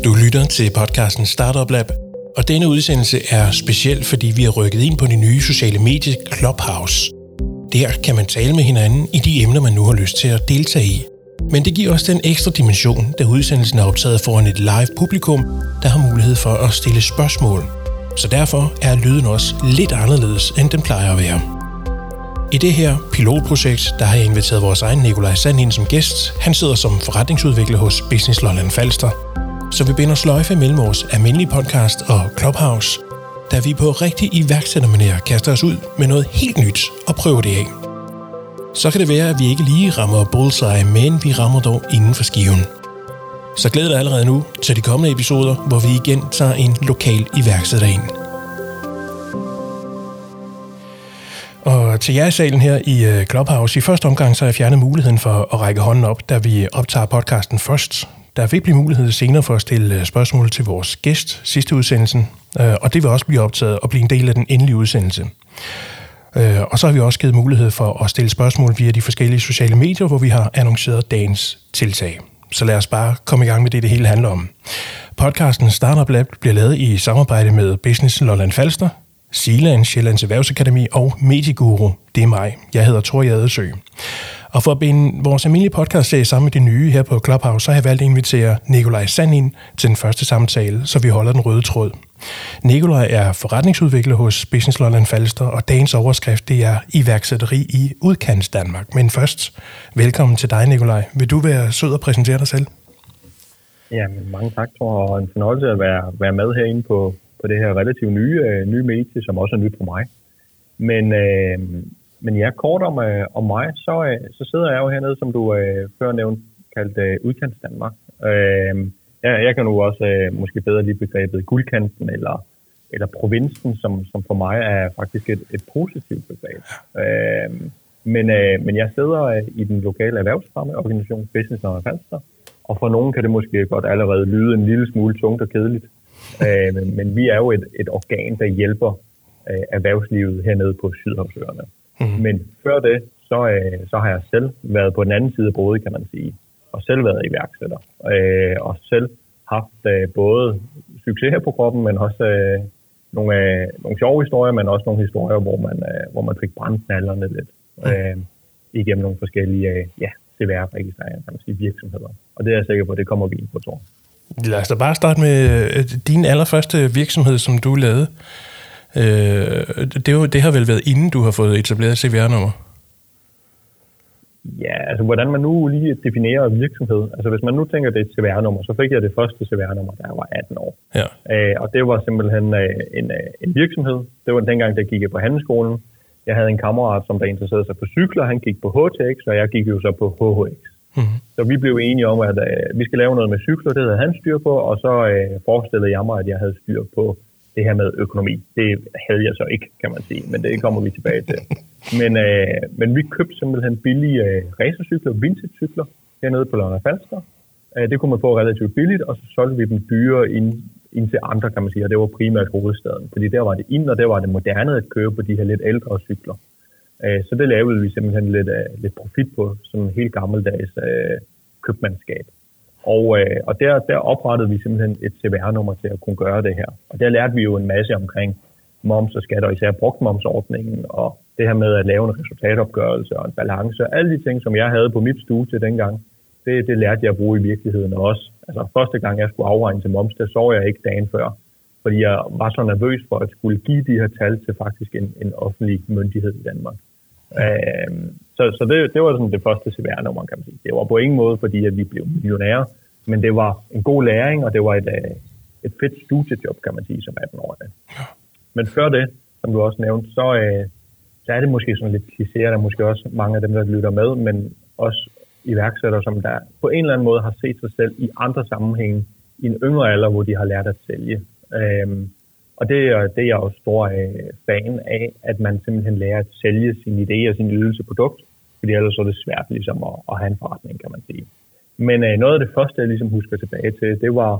Du lytter til podcasten Startup Lab, og denne udsendelse er speciel, fordi vi er rykket ind på det nye sociale medie Clubhouse. Der kan man tale med hinanden i de emner, man nu har lyst til at deltage i. Men det giver også den ekstra dimension, da udsendelsen er optaget foran et live publikum, der har mulighed for at stille spørgsmål. Så derfor er lyden også lidt anderledes, end den plejer at være. I det her pilotprojekt, der har jeg inviteret vores egen Nikolaj Sand ind som gæst. Han sidder som forretningsudvikler hos Business Lolland Falster. Så vi binder sløjfe mellem vores almindelige podcast og Clubhouse, da vi på rigtig iværksættermanér kaster os ud med noget helt nyt og prøver det af. Så kan det være, at vi ikke lige rammer bullseye, men vi rammer dog inden for skiven. Så glæd dig allerede nu til de kommende episoder, hvor vi igen tager en lokal iværksætter ind. Og til jer i salen her i Clubhouse, i første omgang så har jeg fjernet muligheden for at række hånden op, da vi optager podcasten først. Der vil blive mulighed senere for at stille spørgsmål til vores gæst sidste udsendelsen, og det vil også blive optaget og blive en del af den endelige udsendelse. Og så har vi også givet mulighed for at stille spørgsmål via de forskellige sociale medier, hvor vi har annonceret dagens tiltag. Så lad os bare komme i gang med det hele handler om. Podcasten Startup Lab bliver lavet i samarbejde med Business Lolland Falster, Zealand, Sjællands Erhvervsakademi og Medieguru. Det er mig. Jeg hedder Thor Jadesø. Og for at binde vores almindelige podcast-serie sammen med det nye her på Clubhouse, så har jeg valgt at invitere Nikolaj Sand ind til den første samtale, så vi holder den røde tråd. Nikolaj er forretningsudvikler hos Business Lolland Falster, og dagens overskrift det er iværksætteri i udkants Danmark. Men først, velkommen til dig, Nikolaj. Vil du være sød og præsentere dig selv? Ja, mange tak, Thor, og en fornøjelse at være med herinde på det her relativt nye medie, som også er nyt for mig. Men ja, kort om mig, så sidder jeg jo hernede, som du før nævnte, kaldt udkants Danmark. Jeg kan nu også måske bedre lide begrebet guldkanten eller provinsen, som for mig er faktisk et positivt begreb. Men jeg sidder i den lokale erhvervsfremmeorganisation Business Lolland Falster, og for nogen kan det måske godt allerede lyde en lille smule tungt og kedeligt. Men vi er jo et organ, der hjælper erhvervslivet hernede på Sydhavsøerne. Mm-hmm. Men før det, så har jeg selv været på den anden side af bordet, kan man sige, og selv været iværksætter. Og selv haft både succeser på kroppen, men også nogle sjove historier, men også nogle historier, hvor man fik brandknallerne lidt igennem nogle forskellige CVR-registreringer, kan man sige, virksomheder. Og det er jeg sikker på, det kommer vi ind på, Thor. Lad os da bare starte med din allerførste virksomhed, som du lavede. Det har vel været inden du har fået etableret CVR-nummer? Ja, altså hvordan man nu lige definerer virksomhed. Altså hvis man nu tænker, det er et CVR-nummer, så fik jeg det første CVR-nummer, da jeg var 18 år. Ja. Og det var simpelthen en virksomhed. Det var dengang, der gik jeg på handelsskolen. Jeg havde en kammerat, som der interesserede sig for cykler. Han gik på HTX, og jeg gik jo så på HHX. Mm-hmm. Så vi blev enige om, at vi skal lave noget med cykler. Det havde han styr på, og så forestillede jeg mig, at jeg havde styr på det her med økonomi. Det havde jeg så ikke, kan man sige, men det kommer vi tilbage til. Men vi købte simpelthen billige racercykler, vintage-cykler hernede på Lolland Falster. Det kunne man få relativt billigt, og så solgte vi dem dyre ind til andre, kan man sige, og det var primært hovedstaden. Fordi der var det ind, og der var det moderne at købe på de her lidt ældre cykler. Så det lavede vi simpelthen lidt profit på, sådan en helt gammeldags købmandskab. Og der oprettede vi simpelthen et CVR-nummer til at kunne gøre det her. Og der lærte vi jo en masse omkring moms og skatter, især brugtmomsordningen, og det her med at lave en resultatopgørelse og en balance, og alle de ting, som jeg havde på mit studie dengang, det lærte jeg at bruge i virkeligheden også. Altså første gang, jeg skulle afregne til moms, der så jeg ikke dagen før, fordi jeg var så nervøs for at skulle give de her tal til faktisk en offentlig myndighed i Danmark. Så det var sådan det første CVR-nummer, kan man sige. Det var på ingen måde, fordi at vi blev millionærer, men det var en god læring, og det var et fedt studiejob, kan man sige, som 18-årig. Men før det, som du også nævnte, så er det måske sådan lidt kliché, der måske også mange af dem, der lytter med, men også iværksættere, som der på en eller anden måde har set sig selv i andre sammenhænge i en yngre alder, hvor de har lært at sælge. Og det er jeg også stor fan af, at man simpelthen lærer at sælge sin idé og sin ydelse produkt, fordi ellers er det svært ligesom at have en forretning, kan man sige. Men noget af det første, jeg ligesom husker tilbage til, det var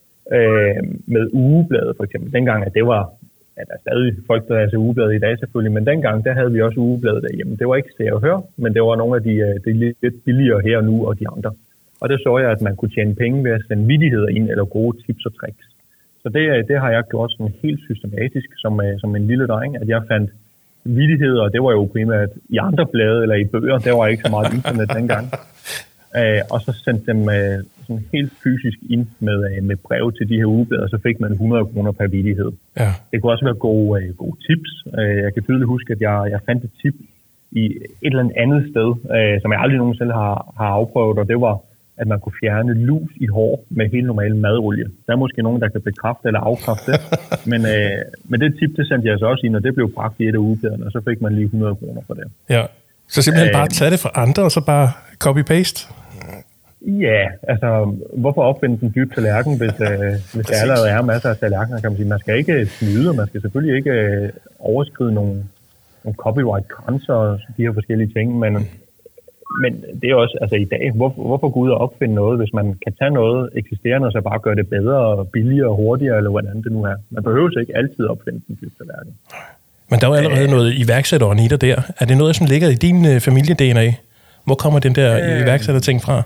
med ugebladet for eksempel. Dengang, at det var, at der er stadig folk, der læser ugebladet i dag selvfølgelig, men dengang, der havde vi også ugebladet derhjemme. Det var ikke Se og Hør, men det var nogle af de lidt billigere her og nu og de andre. og der så jeg, at man kunne tjene penge ved at sende vittigheder ind, eller gode tips og tricks. Så det har jeg gjort sådan helt systematisk, som en lille dreng, at jeg fandt vittigheder, og det var jo primært i andre blade eller i bøger, der var ikke så meget internet dengang. Og så sendte dem sådan helt fysisk ind med brev til de her ugeblade, og så fik man 100 kroner per vittighed. Ja. Det kunne også være gode tips. Jeg kan tydeligt huske, at jeg fandt et tip i et eller andet sted, som jeg aldrig nogensinde har afprøvet, og det var, at man kunne fjerne lus i hår med helt normal madolie. Der er måske nogen, der kan bekræfte eller afkræfte det, men det tip, det sendte jeg så også ind, og det blev bragt i et af ugebladene, og så fik man lige 100 kroner for det. Ja, så simpelthen bare tage det fra andre, og så bare copy-paste? Ja, altså, hvorfor opfinde den dybe tallerken, hvis der allerede er masser af tallerkener, kan man sige. Man skal ikke snyde, og man skal selvfølgelig ikke overskride nogle copyright-grænser og de her forskellige ting, men det er også, altså i dag, hvorfor gå ud og opfinde noget, hvis man kan tage noget eksisterende, og så bare gøre det bedre, billigere og hurtigere, eller hvordan det nu er. Man behøver ikke altid opfinde den dybe tallerken. Men der er jo allerede noget iværksætteren i dig der. Er det noget, som ligger i din familie-DNA? Hvor kommer den der iværksætter-ting fra?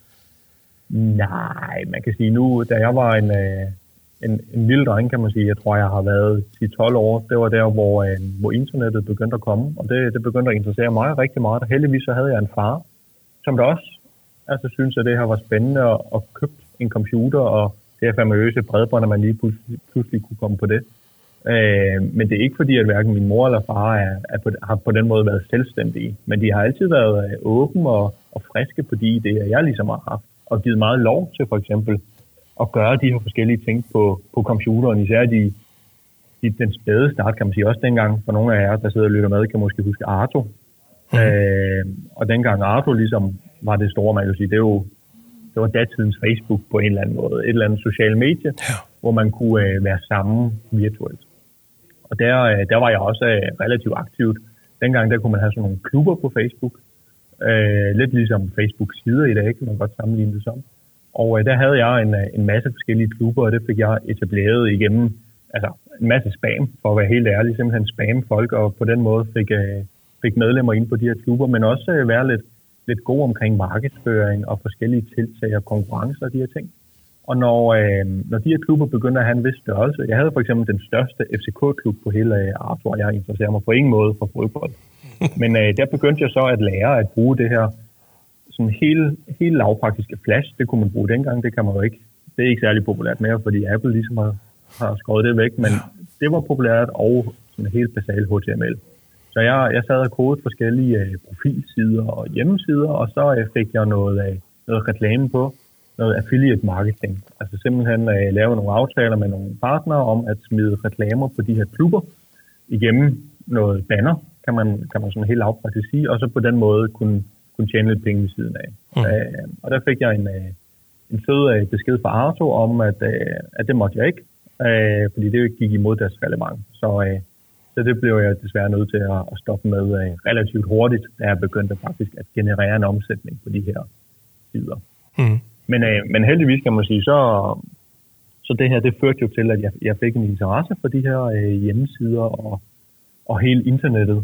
Nej, man kan sige nu, da jeg var en lille dreng, kan man sige, jeg tror, jeg har været 10-12 år, det var der, hvor internettet begyndte at komme, og det begyndte at interessere mig rigtig meget. Heldigvis så havde jeg en far, som der også synes, at det her var spændende at købe en computer, og det her famøse bredbånd, at man lige pludselig kunne komme på det. Men det er ikke fordi, at hverken min mor eller far har på den måde været selvstændige, men de har altid været åbne og friske på de idéer, jeg ligesom har haft, og givet meget lov til for eksempel at gøre de her forskellige ting på computeren, især den spæde start, kan man sige, også dengang, for nogle af jer, der sidder og lytter med, kan måske huske Arto. Og dengang Arto ligesom var det store, man kan sige, det var datidens Facebook på en eller anden måde, et eller andet social medie, hvor man kunne være sammen virtuelt. Og der var jeg også relativt aktivt. Dengang der kunne man have sådan nogle klubber på Facebook, lidt ligesom Facebook-sider i dag, kan man godt sammenligne det som. Og der havde jeg en masse forskellige klubber, og det fik jeg etableret igennem en masse spam, for at være helt ærlig, simpelthen spam folk, og på den måde fik medlemmer ind på de her klubber, men også være lidt god omkring markedsføring og forskellige tiltag og konkurrencer og de her ting. Og når de her klubber begyndte at have en vis størrelse, jeg havde for eksempel den største FCK-klub på hele Arto, og jeg interesserer mig på ingen måde for fodbold. Men der begyndte jeg så at lære at bruge det her sådan helt lavpraktiske Flash. Det kunne man bruge dengang, det kan man jo ikke. Det er ikke særlig populært mere, fordi Apple ligesom har skåret det væk, men det var populært og sådan helt basalt HTML. Så jeg sad og kodede forskellige profilsider og hjemmesider, og så fik jeg noget reklame på, noget affiliate marketing. Altså simpelthen lave nogle aftaler med nogle partnere om at smide reklamer på de her klubber igennem noget banner, kan man sådan helt lavpraktisk sige, og så på den måde kunne tjene lidt penge ved siden af. Og der fik jeg en sød besked fra Arto om, at det måtte jeg ikke, fordi det gik imod deres reglement. Så det blev jeg desværre nødt til at stoppe med relativt hurtigt, da jeg begyndte faktisk at generere en omsætning på de her sider. Men heldigvis kan man sige, så det her, det førte jo til, at jeg fik en interesse for de her hjemmesider og hele internettet.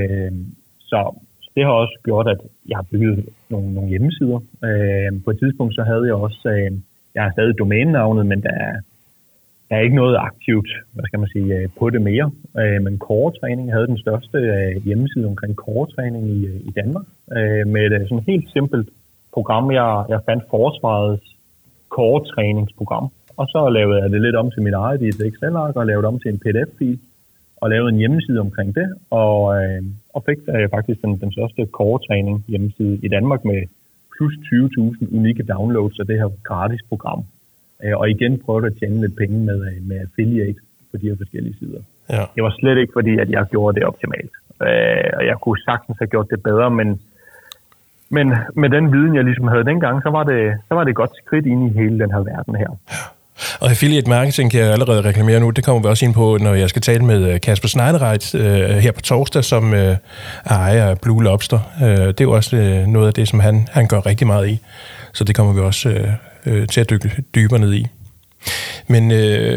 Så det har også gjort, at jeg har bygget nogle hjemmesider. På et tidspunkt så havde jeg også, jeg har stadig domænenavnet, men der er ikke noget aktivt, på det mere. Men Core-træning havde den største hjemmeside omkring Core-træning i Danmark, med et sådan helt simpelt program, jeg fandt Forsvarets Core-træningsprogram. Og så lavede jeg det lidt om til mit eget i et Excel-ark, og lavede det om til en PDF-fil, og lavede en hjemmeside omkring det, og fik faktisk den største Core-træning hjemmeside i Danmark med plus 20.000 unikke downloads af det her gratis program. Og igen prøvede at tjene lidt penge med affiliate på de her forskellige sider. Ja. Det var slet ikke fordi, at jeg gjorde det optimalt. Og jeg kunne sagtens have gjort det bedre, men med den viden, jeg ligesom havde dengang, så var det et godt skridt ind i hele den her verden her. Og affiliate marketing kan jeg allerede reklamere nu. Det kommer vi også ind på, når jeg skal tale med Kasper Schneidereit her på torsdag, som er ejer af Blue Lobster. Det er jo også noget af det, som han gør rigtig meget i. Så det kommer vi også til at dykke dybere ned i. Men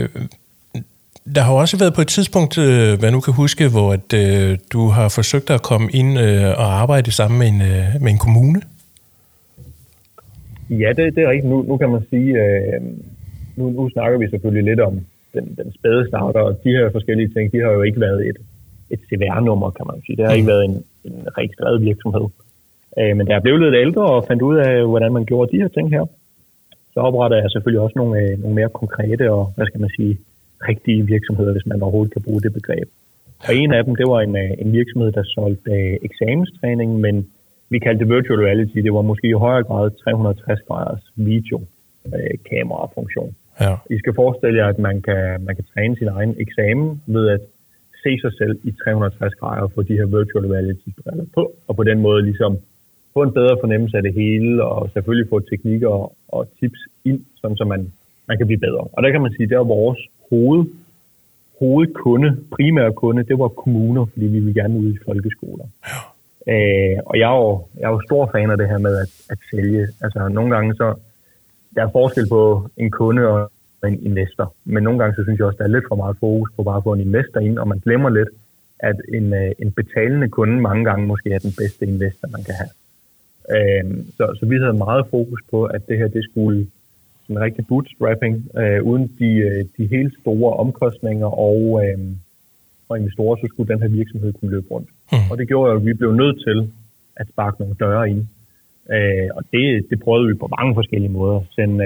der har også været på et tidspunkt, hvad nu kan huske, hvor du har forsøgt at komme ind og arbejde sammen med en kommune. Ja, det er rigtigt. Nu kan man sige, nu snakker vi selvfølgelig lidt om den spæde starter, og de her forskellige ting, de har jo ikke været et CVR-nummer, kan man sige. Det har ikke været en registreret virksomhed. Men da jeg blev lidt ældre og fandt ud af, hvordan man gjorde de her ting her, så oprettede jeg selvfølgelig også nogle mere konkrete og, rigtige virksomheder, hvis man overhovedet kan bruge det begreb. Og en af dem, det var en virksomhed, der solgte eksamenstræning, men vi kaldte det virtual reality. Det var måske i højere grad 360 graders videokamerafunktion. Ja. I skal forestille jer, at man kan træne sin egen eksamen ved at se sig selv i 360 grader og få de her virtual reality-briller på, og på den måde ligesom få en bedre fornemmelse af det hele, og selvfølgelig få teknikker og tips ind, sådan så man kan blive bedre. Og der kan man sige, at det var vores hovedkunde, primære kunde, det var kommuner, fordi vi ville gerne ud i folkeskoler. Ja. Og jeg er jo stor fan af det her med at sælge. Altså nogle gange så, der er forskel på en kunde og en investor, men nogle gange så synes jeg også, der er lidt for meget fokus på bare at få en investor ind, og man glemmer lidt, at en betalende kunde mange gange måske er den bedste investor, man kan have. Så vi havde meget fokus på, at det her, det skulle en rigtig bootstrapping, uden de helt store omkostninger og investorer, så skulle den her virksomhed kunne løbe rundt. Og det gjorde at vi blev nødt til at sparke nogle døre ind. Og det prøvede vi på mange forskellige måder.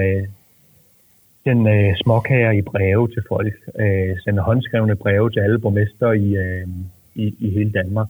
Sende småkager i breve til folk. Sende håndskrevne breve til alle borgmester i hele Danmark.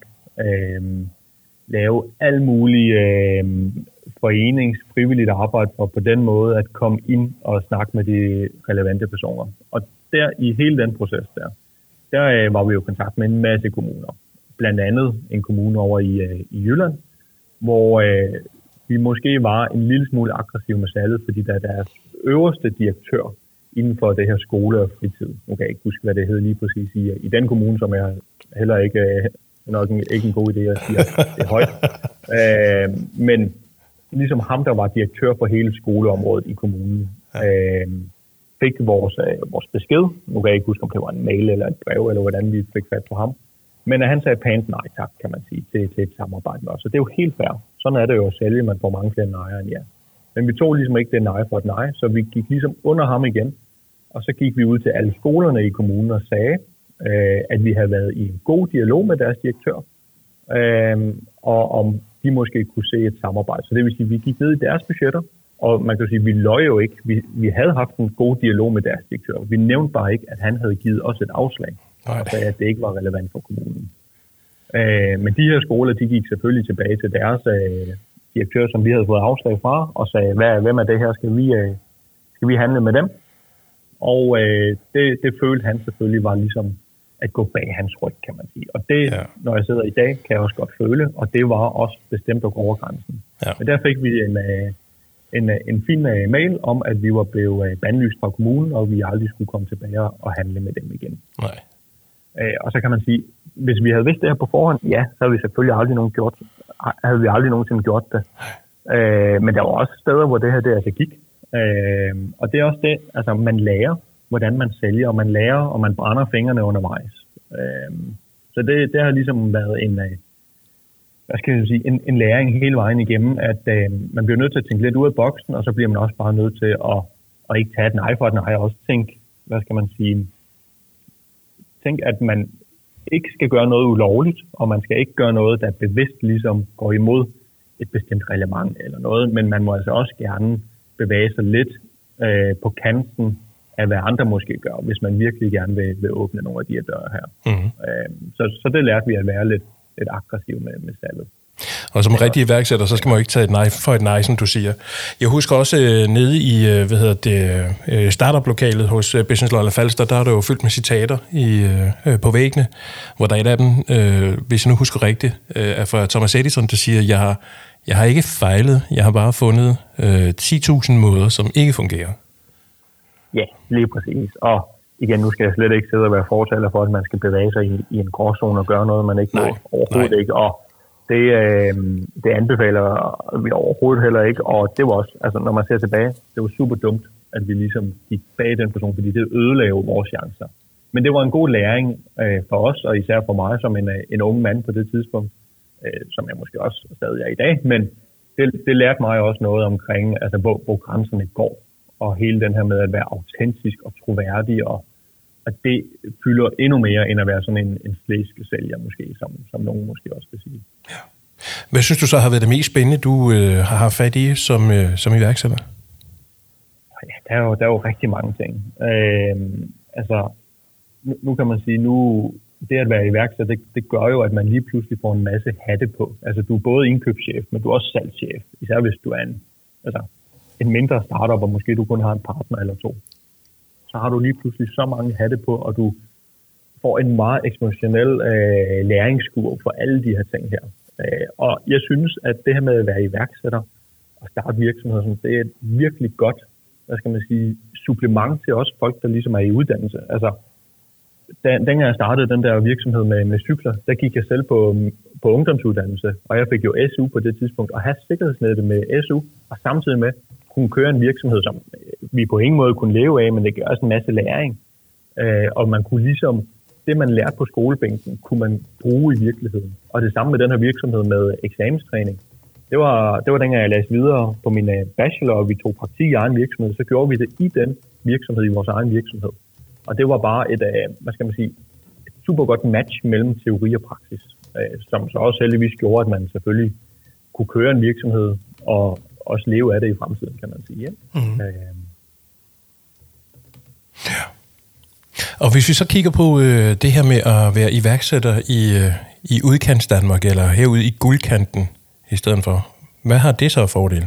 Lave alle mulige frivilligt arbejde for på den måde at komme ind og snakke med de relevante personer. Og der i hele den proces der var vi jo i kontakt med en masse kommuner. Blandt andet en kommune over i Jylland, hvor vi måske var en lille smule aggressiv med salget, fordi der er deres øverste direktør inden for det her skole og fritid. Nu kan jeg ikke huske, hvad det hed lige præcis i den kommune, som jeg heller ikke nok ikke en god idé at sige, det er højt. Men ligesom ham, der var direktør for hele skoleområdet i kommunen, fik vores besked. Nu kan jeg ikke huske, om det var en mail eller et brev, eller hvordan vi fik fat på ham. Men han sagde pænt nej tak, kan man sige, til et samarbejde med os. Så det er jo helt fair. Sådan er det jo at sælge, man får mange flere nejer end ja. Men vi tog ligesom ikke det nej for et nej, så vi gik ligesom under ham igen. Og så gik vi ud til alle skolerne i kommunen og sagde, at vi havde været i en god dialog med deres direktør, og om de måske kunne se et samarbejde. Så det vil sige, at vi gik ned i deres budgetter, og man kan sige, at vi løj jo ikke. Vi havde haft en god dialog med deres direktør. Vi nævnte bare ikke, at han havde givet os et afslag, og sagde, at det ikke var relevant for kommunen. Men de her skoler, de gik selvfølgelig tilbage til deres direktør, som vi havde fået afslag fra, og sagde, hvem er det her? Skal vi handle med dem? Og det følte han selvfølgelig var ligesom at gå bag hans ryg, kan man sige. Og det, når jeg sidder i dag, kan jeg også godt føle, og det var også bestemt over grænsen. Ja. Men der fik vi en fin mail om, at vi var blevet bandlyst fra kommunen, og vi aldrig skulle komme tilbage og handle med dem igen. Nej. Og så kan man sige, hvis vi havde vidst det her på forhånd, ja, så havde vi selvfølgelig aldrig nogensinde gjort det. Men der var også steder, hvor det her det altså gik. Og det er også det, altså man lærer, hvordan man sælger, og man lærer, og man brænder fingrene undervejs. Så det har ligesom været en læring hele vejen igennem, at man bliver nødt til at tænke lidt ud af boksen, og så bliver man også bare nødt til at ikke tage et nej for et nej, og også tænke, tænk, at man ikke skal gøre noget ulovligt, og man skal ikke gøre noget, der bevidst ligesom går imod et bestemt reglement eller noget, men man må altså også gerne bevæge sig lidt på kanten af, hvad andre måske gør, hvis man virkelig gerne vil åbne nogle af de her døre her. Mm-hmm. Så det lærte vi at være lidt aggressiv med salget. Og som rigtig iværksætter, så skal man jo ikke tage et nej for et nej, som du siger. Jeg husker også nede i startup-lokalet hos Business Lolland Falster, der er det jo fyldt med citater på væggene, hvor der er et af dem, hvis jeg nu husker rigtigt, er fra Thomas Edison, der siger, jeg har ikke fejlet, jeg har bare fundet 10.000 måder, som ikke fungerer. Ja, lige præcis. Og igen, nu skal jeg slet ikke sidde og være fortaler for, at man skal bevæge sig i en gråzone og gøre noget, man ikke må. Overhovedet ikke. Og det anbefaler vi overhovedet heller ikke. Og det var også, altså når man ser tilbage, det var super dumt, at vi ligesom gik bag den person, fordi det ødelagde vores chancer. Men det var en god læring for os, og især for mig som en ung mand på det tidspunkt, som jeg måske også stadig er i dag, men det lærte mig også noget omkring, altså hvor grænserne går, og hele den her med at være autentisk og troværdig, og at det fylder endnu mere, end at være sådan en slæsk sælger måske, som nogen måske også vil sige. Ja. Hvad synes du så har været det mest spændende, du har haft fat i som iværksætter? Ja, der er jo rigtig mange ting. Altså, nu kan man sige, det at være iværksætter, det gør jo, at man lige pludselig får en masse hatte på. Altså, du er både indkøbschef, men du er også salgschef. Især hvis du er en mindre startup, og måske du kun har en partner eller to. Så har du lige pludselig så mange hatte på, og du får en meget eksponentiel læringskurve for alle de her ting her. Og jeg synes, at det her med at være iværksætter og starte virksomheder, det er et virkelig godt, supplement til også folk, der ligesom er i uddannelse. Altså, dengang jeg startede den der virksomhed med cykler, der gik jeg selv på ungdomsuddannelse, og jeg fik jo SU på det tidspunkt, og have sikkerhedsnettet med SU, og samtidig med kunne køre en virksomhed, som vi på ingen måde kunne leve af, men det gør også en masse læring. Og man kunne ligesom, det man lærte på skolebænken, kunne man bruge i virkeligheden. Og det samme med den her virksomhed med eksamenstræning. Det var dengang jeg læste videre på min bachelor, og vi tog praktik i egen virksomhed, så gjorde vi det i den virksomhed, i vores egen virksomhed. Og det var bare et super godt match mellem teori og praksis, som så også heldigvis gjorde, at man selvfølgelig kunne køre en virksomhed og også leve af det i fremtiden, kan man sige. Ja? Mm. Ja. Og hvis vi så kigger på det her med at være iværksætter i udkants Danmark, eller herude i guldkanten i stedet for, hvad har det så af fordele?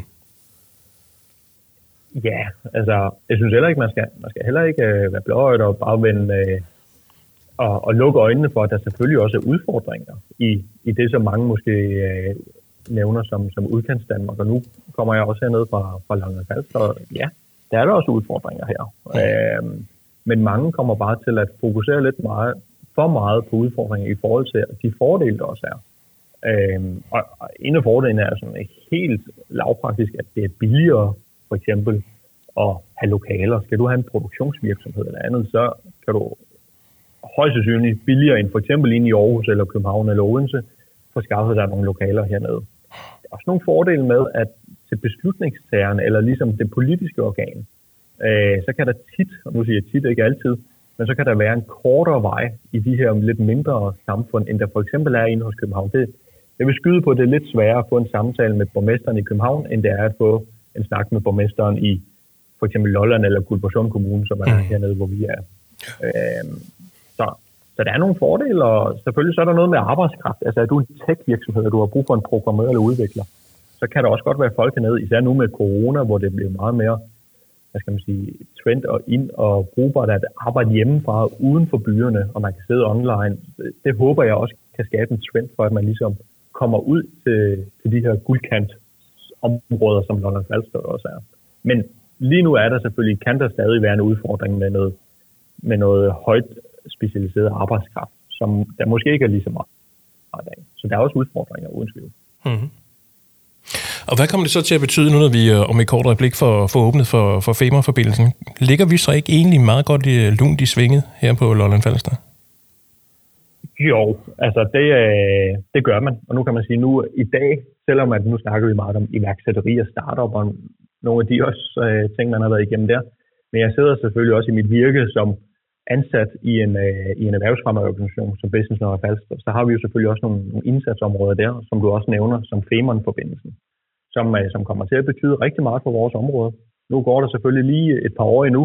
Ja, altså, jeg synes heller ikke, man skal heller ikke være blåøjet og bare vende og lukke øjnene for, at der selvfølgelig også er udfordringer i det, som mange måske nævner som udkants Danmark. Og nu kommer jeg også hernede fra Lolland-Falster, og ja, der er der også udfordringer her. Men mange kommer bare til at fokusere lidt for meget på udfordringer i forhold til de fordele, der også er. Og en af fordelene er sådan helt lavpraktisk, at det er billigere, for eksempel, at have lokaler. Skal du have en produktionsvirksomhed eller andet, så kan du højst sandsynligt billigere end for eksempel inde i Aarhus eller København eller Odense, få skaffet dig nogle lokaler hernede. Der er også nogle fordele med, at til beslutningstagerne, eller ligesom det politiske organ, så kan der tit, og nu siger jeg tit, ikke altid, men så kan der være en kortere vej i de her lidt mindre samfund, end der for eksempel er inde hos København. Jeg vil skyde på, at det er lidt sværere at få en samtale med borgmesteren i København, end det er at få en snak med borgmesteren i for eksempel Lolland eller Guldborgsund Kommune, som er hernede, hvor vi er. Så der er nogle fordele, og selvfølgelig så er der noget med arbejdskraft. Altså er du en tech-virksomhed, og du har brug for en programmør eller udvikler, så kan der også godt være folk hernede, især nu med corona, hvor det bliver meget mere, trend og ind og brugbart at arbejde hjemmefra uden for byerne, og man kan sidde online. Det håber jeg også kan skabe en trend for, at man ligesom kommer ud til de her guldkantområder, som Lolland-Falster også er. Men lige nu er der selvfølgelig, kan der stadig være en udfordring med noget højt specialiseret arbejdskraft, som der måske ikke er lige så meget af. Så der er også udfordringer uden tvivl. Mm-hmm. Og hvad kommer det så til at betyde nu, når vi om et kort øjeblik får åbnet for Femern-forbindelsen? Ligger vi så ikke egentlig meget godt lunt i svinget her på Lolland-Falster? Jo, altså det gør man. Og nu kan man sige, nu i dag, selvom at nu snakker vi meget om iværksætteri og startup, og nogle af de også ting, man har været igennem der. Men jeg sidder selvfølgelig også i mit virke som ansat i en erhvervsfremmeorganisation som Business Lolland-Falster. Så har vi jo selvfølgelig også nogle indsatsområder der, som du også nævner, som Femern-forbindelsen, som kommer til at betyde rigtig meget for vores område. Nu går der selvfølgelig lige et par år endnu,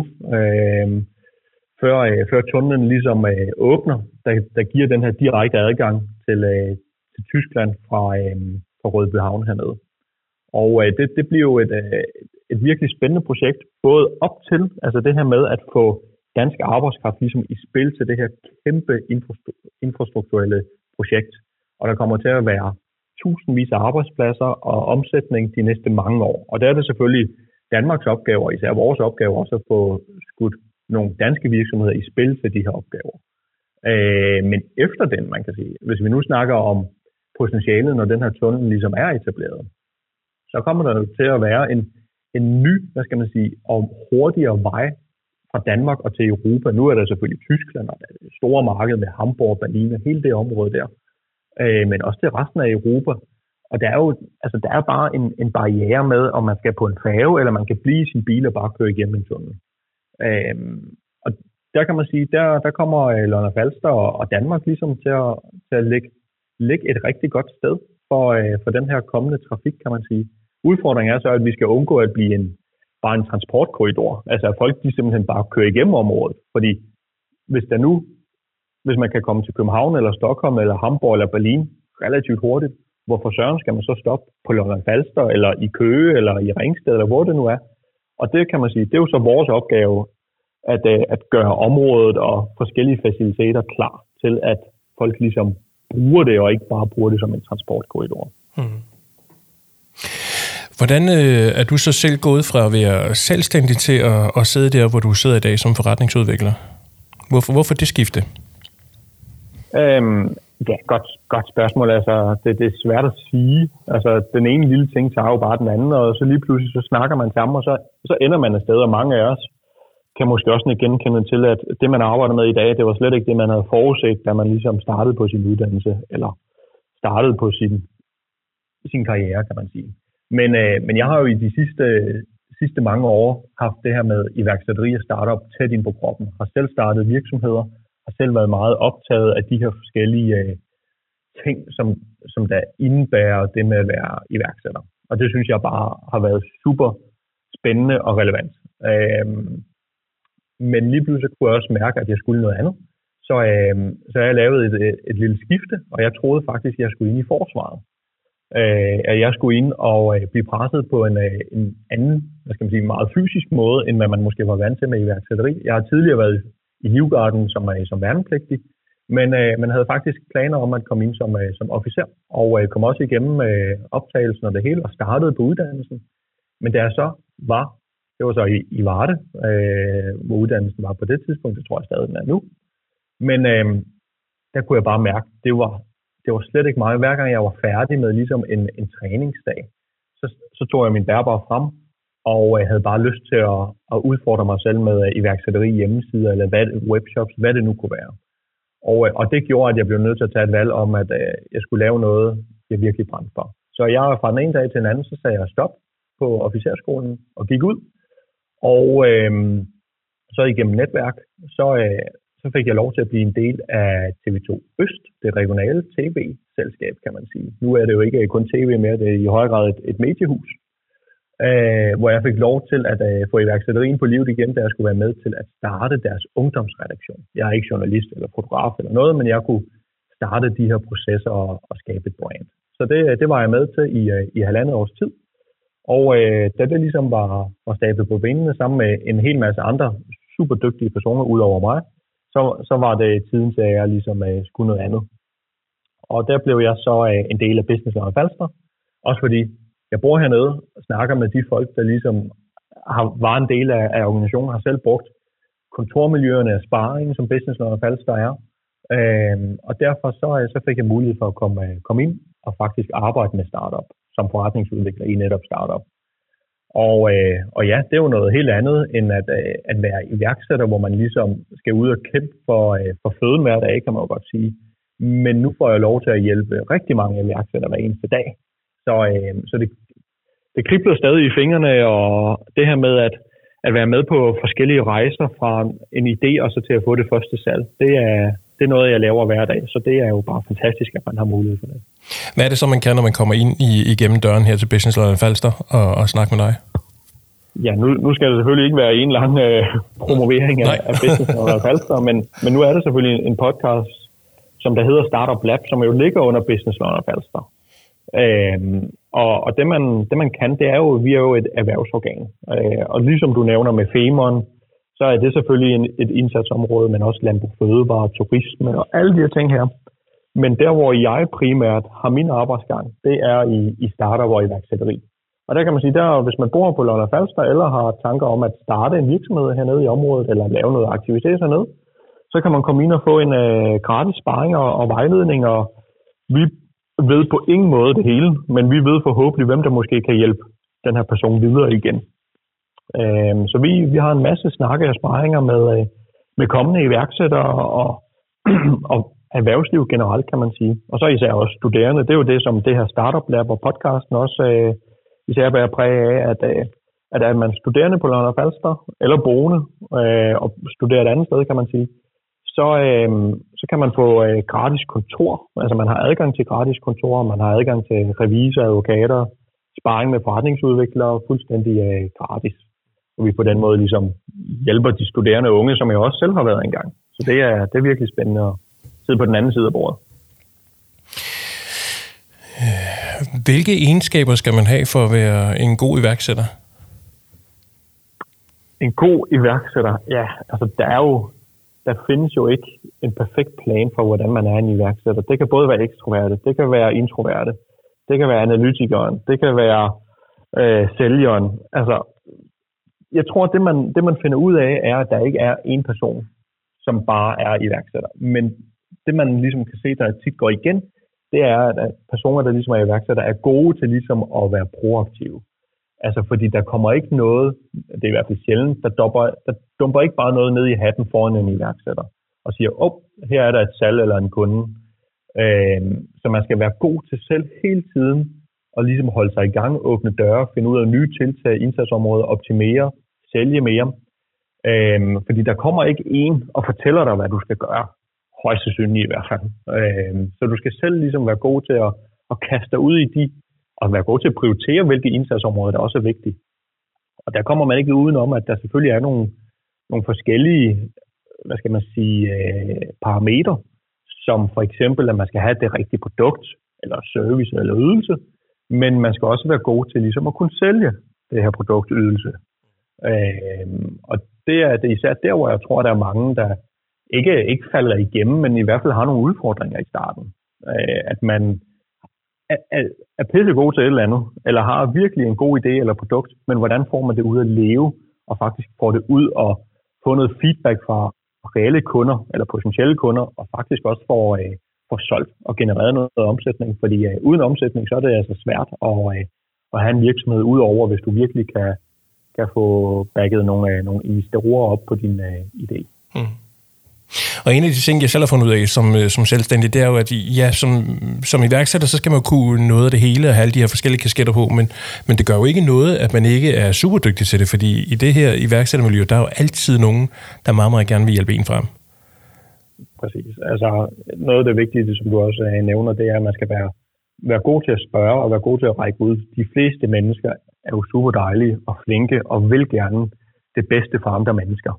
før tunnelen ligesom åbner, der giver den her direkte adgang til Tyskland fra Rødbyhavn hernede. Og det bliver jo et virkelig spændende projekt, både op til, altså det her med at få dansk arbejdskraft ligesom i spil til det her kæmpe infrastrukturelle projekt. Og der kommer til at være tusindvis af arbejdspladser og omsætning de næste mange år. Og der er det selvfølgelig Danmarks opgaver, især vores opgaver, også at få skudt nogle danske virksomheder i spil til de her opgaver. Men efter den, man kan sige, hvis vi nu snakker om potentialet, når den her tunnel ligesom er etableret, så kommer der jo til at være en ny, og hurtigere vej fra Danmark og til Europa. Nu er der selvfølgelig Tyskland og det store marked med Hamburg, Berlin og hele det område der. Men også til resten af Europa. Og der er jo der er bare en barriere med, om man skal på en færge, eller man kan blive i sin bil og bare køre igennem en tunnel. Og der kan man sige, der kommer Lolland Falster og Danmark ligesom til at ligge et rigtig godt sted for den her kommende trafik, kan man sige. Udfordringen er så, at vi skal undgå at blive bare en transportkorridor. Altså at folk de simpelthen bare kører igennem området. Fordi hvis man kan komme til København eller Stockholm eller Hamburg eller Berlin relativt hurtigt, hvorfor søren skal man så stoppe på Lolland Falster eller i Køge eller i Ringsted eller hvor det nu er. Og det kan man sige, det er jo så vores opgave at gøre området og forskellige faciliteter klar til, at folk ligesom bruger det og ikke bare bruger det som en transportkorridor. Hvordan er du så selv gået fra at være selvstændig til at sidde der, hvor du sidder i dag som forretningsudvikler? Hvorfor det skifte? Ja, godt spørgsmål. Altså, det er svært at sige. Altså, den ene lille ting tager jo bare den anden, og så lige pludselig så snakker man sammen, og så ender man et sted, og mange af os kan måske også genkende til, at det, man arbejder med i dag, det var slet ikke det, man havde forudset, da man ligesom startede på sin uddannelse, eller startede på sin karriere, kan man sige. Men jeg har jo i de sidste mange år haft det her med iværksætteri og startup tæt ind på kroppen. Har selv startet virksomheder, har selv været meget optaget af de her forskellige ting, som der indebærer det med at være iværksætter. Og det synes jeg bare har været super spændende og relevant. Men lige pludselig kunne jeg også mærke, at jeg skulle noget andet. Så jeg lavede et lille skifte, og jeg troede faktisk, at jeg skulle ind i forsvaret. At jeg skulle ind og blive presset på en anden, meget fysisk måde, end hvad man måske var vant til med iværksætteri. Jeg har tidligere været i Livgarden som værnepligtig, men man havde faktisk planer om at komme ind som officer, og kom også igennem optagelsen og det hele, og startede på uddannelsen. Men da jeg så det var så i Varde, hvor uddannelsen var på det tidspunkt, det tror jeg stadig den er nu. Men der kunne jeg bare mærke, det var slet ikke meget. Hver gang jeg var færdig med ligesom en træningsdag, så tog jeg min bærbare frem, og jeg havde bare lyst til at udfordre mig selv med iværksætteri, hjemmesider eller webshops, hvad det nu kunne være. Og det gjorde, at jeg blev nødt til at tage et valg om, at jeg skulle lave noget, jeg virkelig brændte for. Så jeg fra den ene dag til den anden, så sagde jeg stop på officerskolen og gik ud. Og så igennem netværk, så fik jeg lov til at blive en del af TV2 Øst, det regionale tv-selskab, kan man sige. Nu er det jo ikke kun tv mere, det er i høj grad et mediehus, hvor jeg fik lov til at få iværksætterien på livet igen, da jeg skulle være med til at starte deres ungdomsredaktion. Jeg er ikke journalist eller fotograf eller noget, men jeg kunne starte de her processer og skabe et brand. Så det var jeg med til i 1,5 års tid. Og da det ligesom var stablet på benene sammen med en hel masse andre super dygtige personer ud over mig, så var det tiden til, at jeg ligesom skulle noget andet. Og der blev jeg så en del af Business Lolland Falster. Også fordi jeg bor hernede og snakker med de folk, der ligesom var en del af organisationen, har selv brugt kontormiljøerne og sparring, som Business Lolland Falster er. Og derfor så fik jeg mulighed for at komme ind og faktisk arbejde med startup som forretningsudvikler i netop startup. Og ja, det er jo noget helt andet end at være iværksætter, hvor man ligesom skal ud og kæmpe for føden hver dag, kan man jo godt sige. Men nu får jeg lov til at hjælpe rigtig mange iværksættere hver eneste dag. Så det kribler stadig i fingrene, og det her med at være med på forskellige rejser fra en idé og så til at få det første salg, det er noget, jeg laver hver dag. Så det er jo bare fantastisk, at man har mulighed for det. Hvad er det så, man kan, når man kommer ind igennem døren her til Business Lolland Falster og snakke med dig? Ja, nu skal det selvfølgelig ikke være en lang promovering af Business Lolland Falster, men nu er det selvfølgelig en podcast, som der hedder Startup Lab, som jo ligger under Business Lolland Falster. Og det man kan, det er jo, vi er jo et erhvervsorgan. Og ligesom du nævner med Femern, så er det selvfølgelig et indsatsområde, men også landbrug, fødevare, turisme og alle de her ting her. Men der, hvor jeg primært har min arbejdsgang, det er i startup og iværksætteri. Og der kan man sige, hvis man bor på Lolland Falster, eller har tanker om at starte en virksomhed hernede i området, eller lave noget aktivitet hernede, så kan man komme ind og få en gratis sparring og vejledning, og vi ved på ingen måde det hele, men vi ved forhåbentlig, hvem der måske kan hjælpe den her person videre igen. Så vi har en masse snakke og sparringer med kommende iværksættere, og erhvervsliv generelt, kan man sige. Og så især også studerende. Det er jo det, som det her Startup Lab og podcasten også især bærer præg af, at er man studerende på Lolland Falster, eller boende, og studerer et andet sted, kan man sige, så kan man få gratis kontor. Altså man har adgang til gratis kontor, man har adgang til revisorer, advokater, sparring med forretningsudviklere, fuldstændig gratis. Og vi på den måde ligesom hjælper de studerende unge, som jeg også selv har været engang. Så det er virkelig spændende at sidde på den anden side af bordet. Hvilke egenskaber skal man have for at være en god iværksætter? En god iværksætter? Ja, altså der findes jo ikke en perfekt plan for, hvordan man er en iværksætter. Det kan både være ekstroverte, det kan være introverte, det kan være analytikeren, det kan være sælgeren. Altså, jeg tror, at det man finder ud af, er, at der ikke er en person, som bare er iværksætter. Men det man ligesom kan se, der tit går igen, det er, at personer, der ligesom er iværksætter, er gode til ligesom at være proaktive. Altså, fordi der kommer ikke noget, det er i hvert fald sjældent, der dumper ikke bare noget ned i hatten foran en iværksætter og siger, her er der et salg eller en kunde. Så man skal være god til selv hele tiden og ligesom holde sig i gang, åbne døre, finde ud af nye tiltag, indsatsområder, optimere, sælge mere. Fordi der kommer ikke en og fortæller dig, hvad du skal gøre. Højst sandsynligt i hvert fald. Så du skal selv ligesom være god til at kaste dig ud i de, og være god til at prioritere, hvilke indsatsområder, der også er vigtige. Og der kommer man ikke udenom, at der selvfølgelig er nogle forskellige, hvad skal man sige, parametre, som for eksempel, at man skal have det rigtige produkt, eller service, eller ydelse, men man skal også være god til ligesom at kunne sælge det her produktydelse. Og det er især der, hvor jeg tror, at der er mange, der ikke falder igennem, men i hvert fald har nogle udfordringer i starten. At man er pissegod til et eller andet, eller har virkelig en god idé eller produkt, men hvordan får man det ud at leve, og faktisk får det ud og få noget feedback fra reelle kunder, eller potentielle kunder, og faktisk også får solgt og genereret noget omsætning, fordi uden omsætning, så er det altså svært at have en virksomhed udover, hvis du virkelig kan få backet nogle investorer op på din idé. Og en af de ting, jeg selv har fundet ud af som selvstændig, det er jo, at ja, som iværksætter, så skal man kunne noget af det hele og have alle de her forskellige kasketter på, men det gør jo ikke noget, at man ikke er super dygtig til det, fordi i det her iværksættermiljø, der er jo altid nogen, der meget, meget gerne vil hjælpe en frem. Præcis. Altså, noget af det vigtige, som du også nævner, det er, at man skal være god til at spørge og være god til at række ud. De fleste mennesker er jo super dejlige og flinke og vil gerne det bedste for andre mennesker.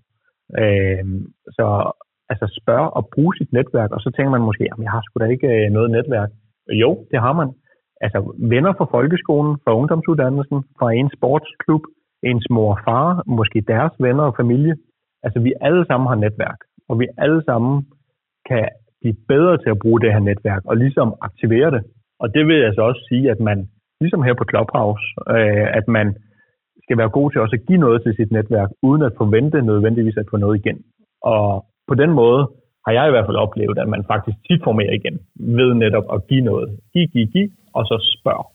Så altså spørge og bruge sit netværk, og så tænker man måske, jeg har sgu da ikke noget netværk. Jo, det har man. Altså venner fra folkeskolen, fra ungdomsuddannelsen, fra en sportsklub, ens mor og far, måske deres venner og familie. Altså vi alle sammen har netværk, og vi alle sammen kan blive bedre til at bruge det her netværk, og ligesom aktivere det. Og det vil altså også sige, at man, ligesom her på Clubhouse, at man skal være god til også at give noget til sit netværk, uden at forvente nødvendigvis at få noget igen. Og på den måde har jeg i hvert fald oplevet, at man faktisk tit får mere igen, ved netop at give noget. Giv, og så spørg.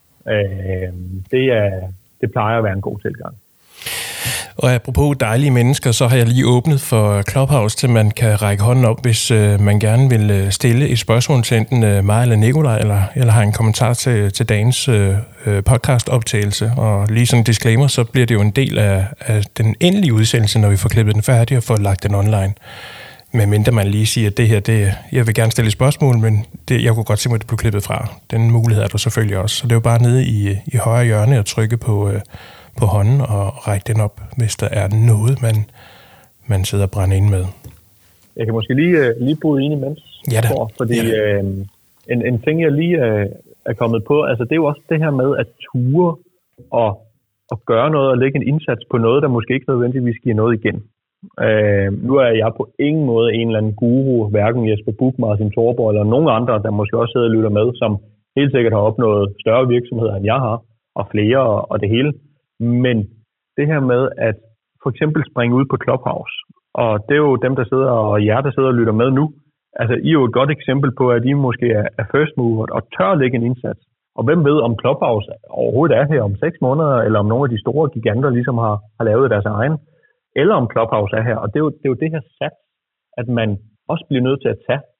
Det plejer at være en god tilgang. Og apropos dejlige mennesker, så har jeg lige åbnet for Clubhouse, til man kan række hånden op, hvis man gerne vil stille et spørgsmål til enten mig eller Nikolaj, eller har en kommentar til dagens podcastoptagelse. Og lige sådan en disclaimer, så bliver det jo en del af den endelige udsendelse, når vi får klippet den færdig og får lagt den online. Medmindre man lige siger, at det her, jeg vil gerne stille et spørgsmål, men jeg kunne godt se, at det blev klippet fra. Den mulighed er der selvfølgelig også. Så det er jo bare nede i højre hjørne at trykke på hånden og række den op, hvis der er noget, man sidder og brænder ind med. Jeg kan måske lige bryde ind imens. Ja da. Fordi en ting, jeg lige er kommet på, altså det er jo også det her med at ture og gøre noget og lægge en indsats på noget, der måske ikke nødvendigvis giver noget igen. Nu er jeg på ingen måde en eller anden guru, hverken Jesper Buch, Martin Thorborg eller nogen andre, der måske også sidder og lytter med, som helt sikkert har opnået større virksomheder, end jeg har, og flere og det hele. Men det her med at for eksempel springe ud på Clubhouse, og det er jo dem, der sidder, og jer, der sidder og lytter med nu, altså I er jo et godt eksempel på, at I måske er first mover og tør at lægge en indsats. Og hvem ved, om Clubhouse overhovedet er her om 6 måneder, eller om nogle af de store giganter ligesom har lavet deres egen, eller om Clubhouse er her. Og det er jo det her sats, at man også bliver nødt til at tage.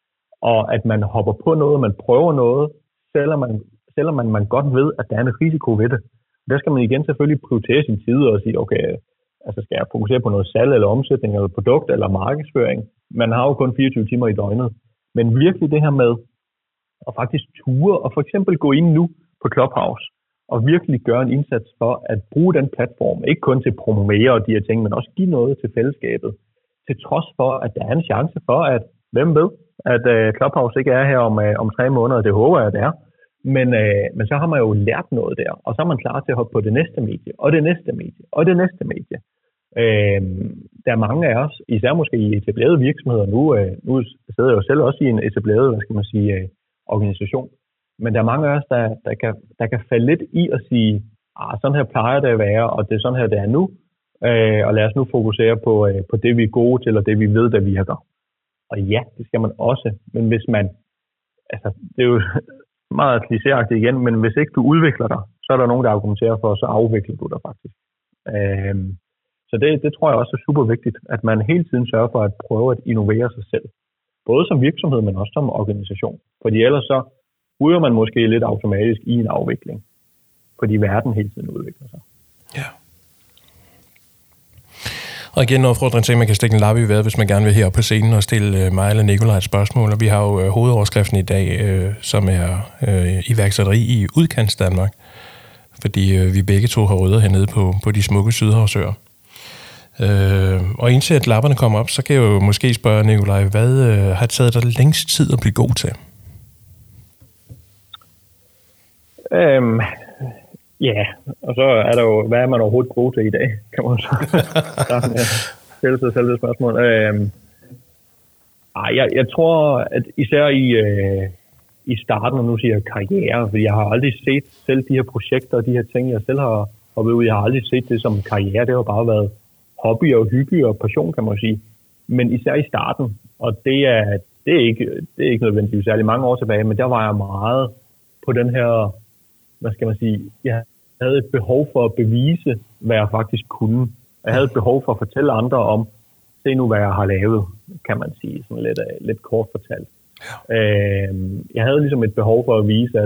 og at man hopper på noget, man prøver noget, selvom man godt ved, at der er en risiko ved det. Der skal man igen selvfølgelig prioritere sin tid og sige, okay, altså skal jeg fokusere på noget salg eller omsætning eller produkt eller markedsføring? Man har jo kun 24 timer i døgnet. Men virkelig det her med at faktisk ture og for eksempel gå ind nu på Clubhouse og virkelig gøre en indsats for at bruge den platform, ikke kun til at promovere og de her ting, men også give noget til fællesskabet. Til trods for, at der er en chance for, at hvem ved, at Clubhouse ikke er her om 3 måneder, det håber jeg, at det er. Men så har man jo lært noget der, og så er man klar til at hoppe på det næste medie, og det næste medie, og det næste medie. Der er mange af os, især måske i etablerede virksomheder, nu sidder jeg jo selv også i en etableret, organisation, men der er mange af os, der kan falde lidt i at sige, sådan her plejer det at være, og det er sådan her, det er nu, og lad os nu fokusere på det, vi er gode til, og det, vi ved, der virker. Og ja, det skal man også, men hvis man, altså det er jo meget klichéagtigt igen, men hvis ikke du udvikler dig, så er der nogen, der argumenterer for, så afvikler du dig faktisk. Så det tror jeg også er super vigtigt, at man hele tiden sørger for at prøve at innovere sig selv. Både som virksomhed, men også som organisation. Fordi ellers så ryger man måske lidt automatisk i en afvikling. Fordi verden hele tiden udvikler sig. Ja. Og igen en opfordring til, at man kan stikke en lappe i vejret, hvis man gerne vil herop på scenen og stille mig eller Nikolaj et spørgsmål. Og vi har jo hovedoverskriften i dag, som er iværksætteri i udkants Danmark. Fordi vi begge to har rødder hernede på de smukke Sydhavsøer. Og indtil at lapperne kommer op, så kan jeg jo måske spørge Nikolaj, hvad har taget dig længst tid at blive god til? Ja, og så er der jo, hvad er man overhovedet god til i dag, kan man så stille sig selv det spørgsmål. Jeg tror, at især i starten, og nu siger jeg karriere, fordi jeg har aldrig set selv de her projekter og de her ting, jeg selv har hoppet ud, jeg har aldrig set det som karriere, det har bare været hobby og hygge og passion, kan man sige. Men især i starten, og det er ikke nødvendigvis særlig mange år tilbage, men der var jeg meget på den her, hvad skal man sige, jeg havde et behov for at bevise, hvad jeg faktisk kunne. Jeg havde et behov for at fortælle andre om, se nu, hvad jeg har lavet, kan man sige, sådan lidt kort fortalt. Ja. Jeg havde ligesom et behov for at vise,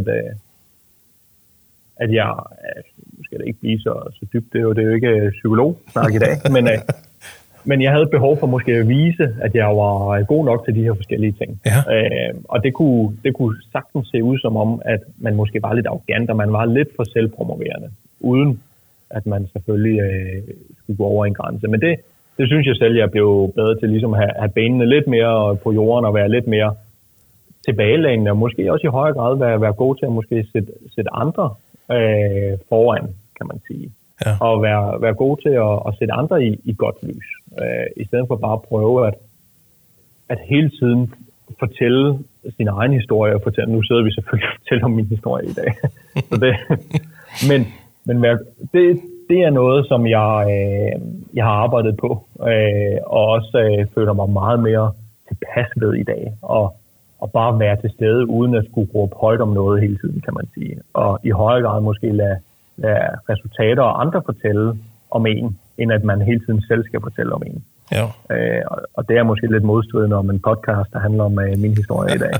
at jeg, nu skal det ikke blive så dybt, det er jo ikke psykologsnak i dag, men jeg havde et behov for måske at vise, at jeg var god nok til de her forskellige ting. Ja. Og det kunne sagtens se ud som om, at man måske var lidt arrogant, og man var lidt for selvpromoverende, uden at man selvfølgelig skulle gå over en grænse. Men det synes jeg selv, jeg blev bedre til ligesom at have benene lidt mere på jorden, og være lidt mere tilbagelæggende, og måske også i højere grad være god til at måske sætte andre foran, kan man sige. Ja. Og være god til at sætte andre i godt lys. I stedet for bare at prøve at hele tiden fortælle sin egen historie og fortælle, nu sidder vi selvfølgelig og fortæller om min historie i dag. Så men det er noget, som jeg har arbejdet på, og også føler mig meget mere tilpas ved i dag. Og bare være til stede, uden at skulle råbe højt om noget hele tiden, kan man sige. Og i højere grad måske lade resultater og andre fortælle om en, end at man hele tiden selv skal fortælle om en. Ja. Og det er måske lidt modstridende om en podcast, der handler om min historie i dag.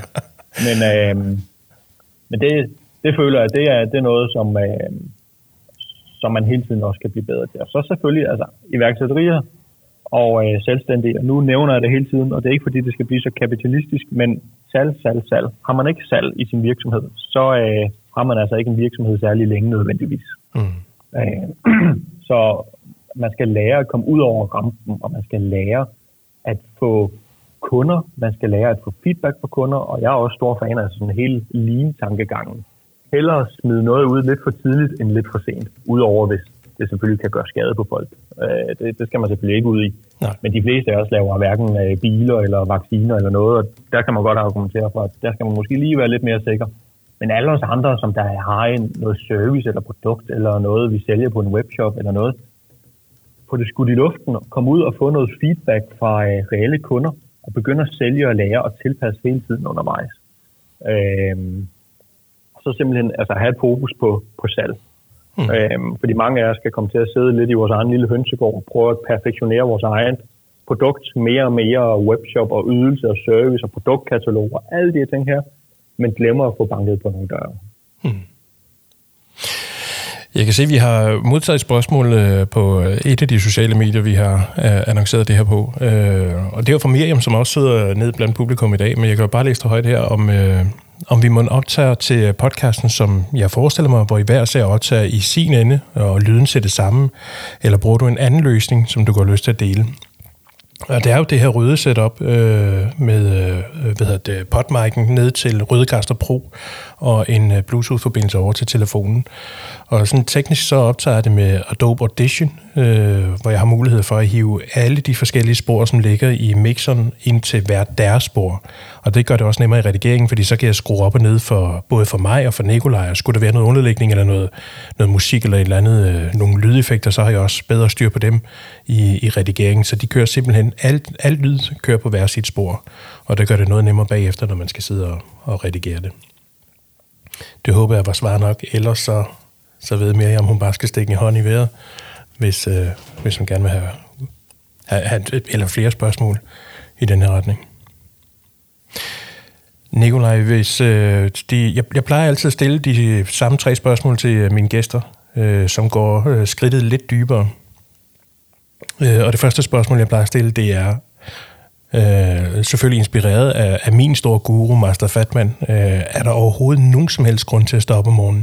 Men det føler jeg, det er noget, som man hele tiden også kan blive bedre til. Og så selvfølgelig altså iværksætterier og selvstændige. Nu nævner jeg det hele tiden, og det er ikke fordi, det skal blive så kapitalistisk, men salg. Har man ikke salg i sin virksomhed, så har man altså ikke en virksomhed særlig længe nødvendigvis. Så man skal lære at komme ud over rampen, og man skal lære at få kunder, man skal lære at få feedback fra kunder, og jeg er også stor fan af sådan en hele lean-tankegangen. Hellere smide noget ud lidt for tidligt end lidt for sent, udover hvis det selvfølgelig kan gøre skade på folk. Det skal man selvfølgelig ikke ud i. Nej. Men de fleste af os laver hverken biler eller vacciner eller noget, og der kan man godt argumentere for, at der skal man måske lige være lidt mere sikker. Men alle os andre, som der har noget service eller produkt eller noget, vi sælger på en webshop eller noget, få det skudt i luften, komme ud og få noget feedback fra reelle kunder, og begynde at sælge og lære og tilpasse hele tiden undervejs. Så simpelthen altså have et fokus på salg. Fordi mange af os skal komme til at sidde lidt i vores egen lille hønsegård og prøve at perfektionere vores egen produkt, mere og mere webshop og ydelse og service og produktkatalog og alle de ting her, men glemmer at få banket på nogle døre. Jeg kan se, at vi har modtaget et spørgsmål på et af de sociale medier, vi har annonceret det her på. Og det er jo fra Miriam, som også sidder ned blandt publikum i dag, men jeg kan jo bare læse det højt her, om vi må optage til podcasten, som jeg forestiller mig, hvor I hver ser optager i sin ende, og lyden sættes sammen, eller bruger du en anden løsning, som du går lyst til at dele? Og det er jo det her røde setup med podmic'en ned til Rodecaster Pro og en Bluetooth-forbindelse over til telefonen. Og sådan teknisk så optager det med Adobe Audition, hvor jeg har mulighed for at hive alle de forskellige spor, som ligger i mixeren, ind til hvert deres spor. Og det gør det også nemmere i redigeringen, fordi så kan jeg skrue op og ned for både for mig og for Nikolaj. Og skulle der være noget underlægning eller noget musik eller et eller andet, nogle lydeffekter, så har jeg også bedre styr på dem i redigeringen. Så de kører simpelthen, alt lyd kører på hver sit spor. Og det gør det noget nemmere bagefter, når man skal sidde og redigere det. Det håber jeg var svar nok, ellers så ved Miriam, hun bare skal stikke en hånd i vejret, hvis hun gerne vil have eller flere spørgsmål i den her retning. Nikolaj, hvis jeg plejer altid at stille de samme 3 spørgsmål til mine gæster, som går skridtet lidt dybere. Og det første spørgsmål, jeg plejer at stille, det er selvfølgelig inspireret af min store guru, Master Fatman. Er der overhovedet nogen som helst grund til at stå op om morgenen?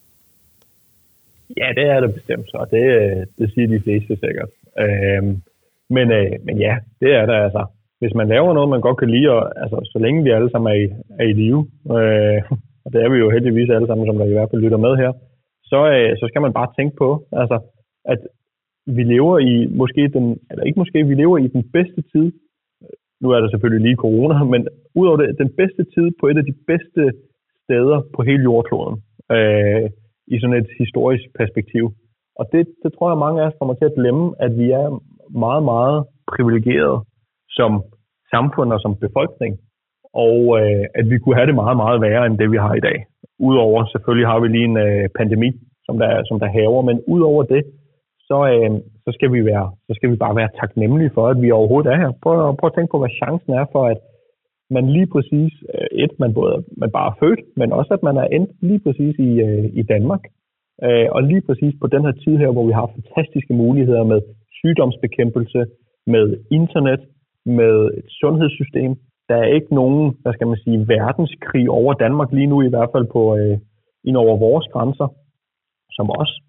Ja, det er det bestemt, og det siger de fleste sikkert. Men ja, det er der altså. Hvis man laver noget, man godt kan lide, og, altså, så længe vi alle sammen er i live, og det er vi jo heldigvis alle sammen, som der i hvert fald lytter med her, så skal man bare tænke på, altså, at vi lever i vi lever i den bedste tid. Nu er der selvfølgelig lige corona, men udover det, den bedste tid på et af de bedste steder på hele jordkloden, i sådan et historisk perspektiv. Og det tror jeg, mange af os kommer til at glemme, at vi er meget, meget privilegerede som samfund og som befolkning, og at vi kunne have det meget, meget værre end det, vi har i dag. Udover, selvfølgelig har vi lige en pandemi, som der hærger, men udover det, så skal vi bare være taknemmelige for, at vi overhovedet er her. Prøv at tænke på, hvad chancen er for, at man lige præcis, man bare er født, men også at man er endt lige præcis i Danmark. Og lige præcis på den her tid her, hvor vi har fantastiske muligheder med sygdomsbekæmpelse, med internet, med et sundhedssystem. Der er ikke nogen, verdenskrig over Danmark lige nu, i hvert fald ind over vores grænser, som også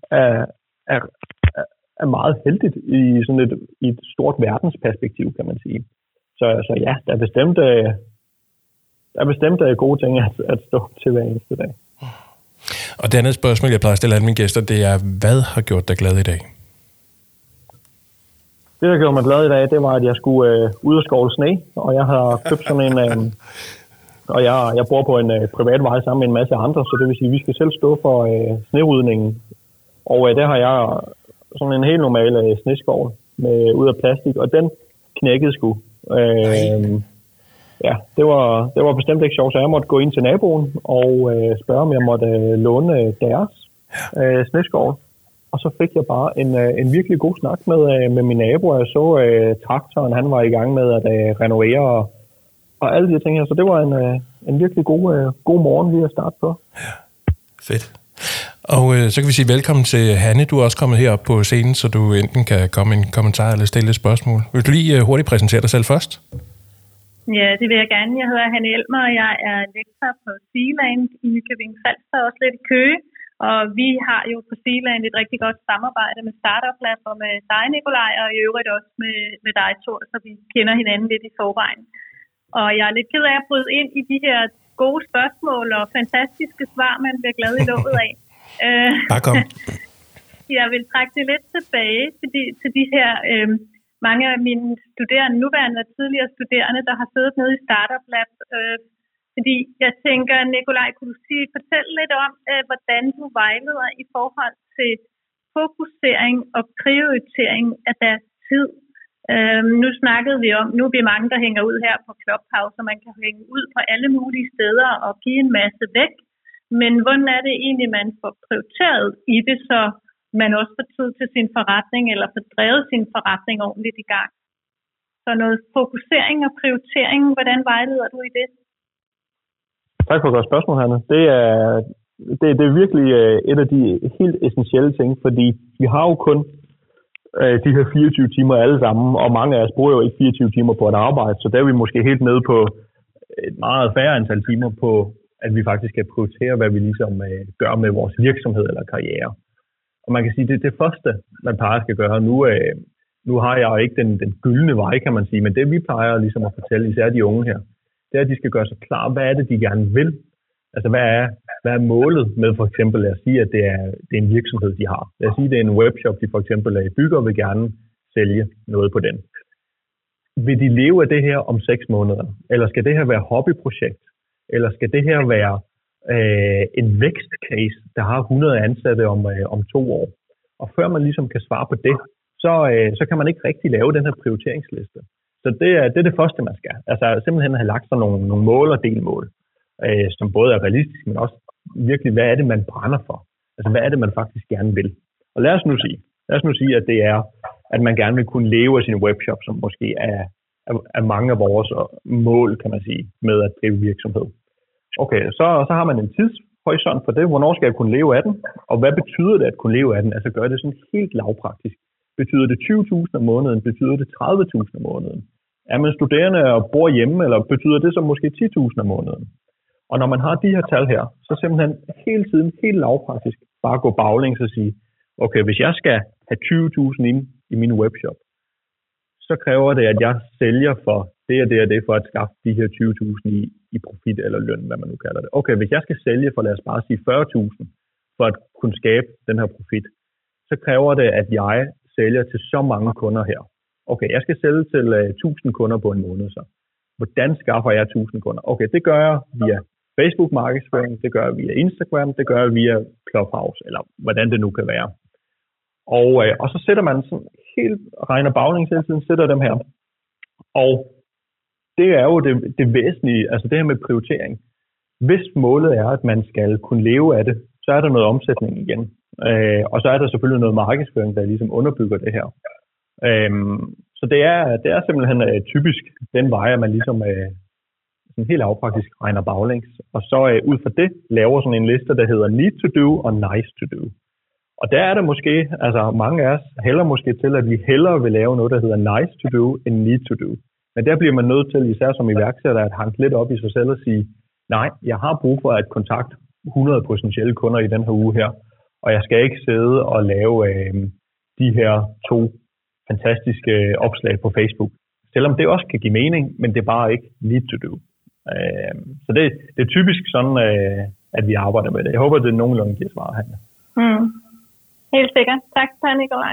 er meget heldigt i sådan et stort verdensperspektiv, kan man sige. Så ja, der er bestemt gode ting at stå til hver eneste dag. Og det andet spørgsmål, jeg plejer at stille alle mine gæster, det er, hvad har gjort dig glad i dag? Det, der gjorde mig glad i dag, det var, at jeg skulle ud og skovle sne, og jeg har købt sådan en... og jeg bor på en privat vej sammen med en masse andre, så det vil sige, at vi skal selv stå for snerydningen. Og der har jeg sådan en helt normal sneskovl ud af plastik, og den knækkede sgu. Ja, det var bestemt ikke sjovt, så jeg måtte gå ind til naboen og spørge, om jeg måtte låne deres sneskovl. Og så fik jeg bare en virkelig god snak med min nabo, og jeg så traktoren, han var i gang med at renovere og alle de her ting her. Så det var en virkelig god morgen lige at starte på. Ja, fedt. Og så kan vi sige velkommen til Hanne. Du er også kommet herop på scenen, så du enten kan komme en kommentar eller stille et spørgsmål. Vil du lige hurtigt præsentere dig selv først? Ja, det vil jeg gerne. Jeg hedder Hanne Elmer, og jeg er lektor på Sealand i Nykøbing Falster, også lidt i Køge. Og vi har jo på Sealand et rigtig godt samarbejde med Startup Lab og med dig, Nikolaj, og i øvrigt også med dig, Thor, så vi kender hinanden lidt i forvejen. Og jeg er lidt ked af at bryde ind i de her gode spørgsmål og fantastiske svar, man bliver glad i låget af. Bare kom. Jeg vil trække det lidt tilbage til de her mange af mine studerende, nuværende og tidligere studerende, der har siddet nede i Startup Lab. Fordi jeg tænker, Nikolaj, kunne du fortælle lidt om, hvordan du vejleder i forhold til fokusering og prioritering af deres tid? Nu snakkede vi om, nu er vi mange, der hænger ud her på Clubhouse, og man kan hænge ud på alle mulige steder og give en masse væk. Men hvordan er det egentlig, man får prioriteret i det, så man også får tid til sin forretning, eller får drevet sin forretning ordentligt i gang? Så for noget fokusering og prioritering. Hvordan vejleder du i det? Tak for et godt spørgsmål, Hanne. Det er virkelig et af de helt essentielle ting, fordi vi har jo kun de her 24 timer alle sammen, og mange af os bruger jo ikke 24 timer på et arbejde, så der er vi måske helt nede på et meget færre antal timer på, at vi faktisk skal prioritere, hvad vi ligesom gør med vores virksomhed eller karriere. Og man kan sige, det første, man plejer skal gøre nu har jeg jo ikke den gyldne vej, kan man sige, men det vi plejer ligesom at fortælle, især de unge her, det er, at de skal gøre sig klar, hvad er det, de gerne vil. Altså, hvad er målet med for eksempel, lad os sige, at det er en virksomhed, de har. Lad os sige, det er en webshop, de for eksempel bygger og vil gerne sælge noget på den. Vil de leve af det her om 6 måneder? Eller skal det her være hobbyprojekt? Eller skal det her være en vækstcase, der har 100 ansatte om 2 år? Og før man ligesom kan svare på det, så kan man ikke rigtig lave den her prioriteringsliste. Så det er det første, man skal. Altså simpelthen have lagt sig nogle mål og delmål, som både er realistiske, men også virkelig, hvad er det, man brænder for? Altså, hvad er det, man faktisk gerne vil? Og lad os nu sige, at det er, at man gerne vil kunne leve af sin webshop, som måske er mange af vores mål, kan man sige, med at drive virksomhed. Okay, så har man en tidshorisont for det. Hvornår skal jeg kunne leve af den? Og hvad betyder det at kunne leve af den? Altså, gør det sådan helt lavpraktisk. Betyder det 20.000 om måneden? Betyder det 30.000 om måneden? Er man studerende og bor hjemme, eller betyder det så måske 10.000 om måneden? Og når man har de her tal her, så simpelthen hele tiden, helt lavpraktisk, bare gå baglæns og sige, okay, hvis jeg skal have 20.000 ind i min webshop, så kræver det, at jeg sælger for det og det og det, for at skaffe de her 20.000 i profit eller løn, hvad man nu kalder det. Okay, hvis jeg skal sælge for, lad os bare sige 40.000, for at kunne skabe den her profit, så kræver det, at jeg sælger til så mange kunder her. Okay, jeg skal sælge til 1.000 kunder på en måned så. Hvordan skaffer jeg 1.000 kunder? Okay, det gør jeg via Facebook markedsføring, det gør jeg via Instagram, det gør jeg via Clubhouse, eller hvordan det nu kan være. Og så sætter man sådan helt, regner baglæns hele tiden, sætter dem her. Og det er jo det væsentlige, altså det her med prioritering. Hvis målet er, at man skal kunne leve af det, så er der noget omsætning igen. Og så er der selvfølgelig noget markedsføring, der ligesom underbygger det her. Så det er simpelthen typisk den vej, at man ligesom sådan helt afpraktisk regner baglæns. Og så ud fra det laver sådan en liste, der hedder need to do og nice to do. Og der er der måske, altså mange af os hælder måske til, at vi hellere vil lave noget, der hedder nice to do end need to do. Men der bliver man nødt til, især som iværksætter, at hanke lidt op i sig selv og sige, nej, jeg har brug for at kontakte 100 potentielle kunder i den her uge her, og jeg skal ikke sidde og lave de her 2 fantastiske opslag på Facebook. Selvom det også kan give mening, men det er bare ikke need to do. Så det er typisk sådan, at vi arbejder med det. Jeg håber, det er nogenlunde giver svar her. Helt sikkert. Tak til Nikolaj.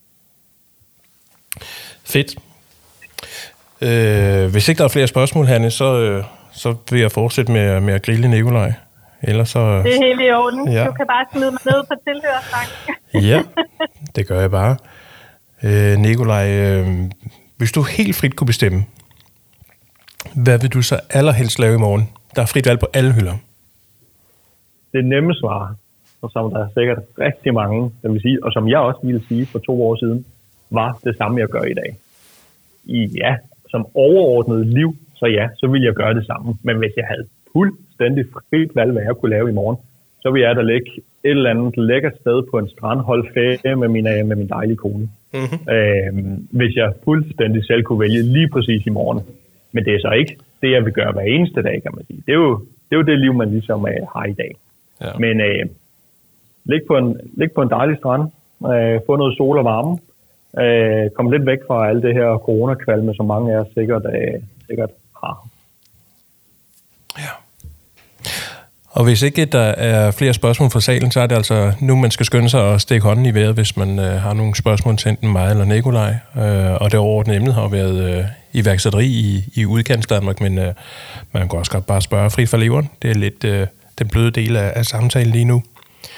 Fedt. Hvis ikke der er flere spørgsmål, Hanne, så vil jeg fortsætte med at grille Nikolaj. Ellers så... Det er helt i orden. Ja. Du kan bare smide mig ned på tilhørerstangen. Ja, det gør jeg bare. Nikolaj, hvis du helt frit kunne bestemme, hvad vil du så allerhelst lave i morgen? Der er frit valg på alle hylder. Det nemme svar, og som der er sikkert rigtig mange, der vil sige, og som jeg også ville sige for 2 år siden, var det samme, jeg gør i dag. Ja, som overordnet liv, så ville jeg gøre det samme. Men hvis jeg havde fuldstændig frit valg, hvad jeg kunne lave i morgen, så ville jeg da ligge et eller andet lækkert sted på en strand, holde ferie med min dejlige kone. Mm-hmm. Hvis jeg fuldstændig selv kunne vælge lige præcis i morgen. Men det er så ikke det, jeg vil gøre hver eneste dag, kan man sige. Det er jo det liv, man ligesom har i dag. Ja. Men ligge på en dejlig strand, få noget sol og varme, komme lidt væk fra alt det her coronakvalme, som mange af os sikkert har. Ja. Og hvis ikke der er flere spørgsmål fra salen, så er det altså nu, man skal skynde sig at stikke hånden i vejret, hvis man har nogle spørgsmål til enten mig eller Nikolaj. Og det overordnede emne har været iværksætteri i udkantsdanmark, men man kan også godt bare spørge frit fra leveren. Det er lidt den bløde del af samtalen lige nu.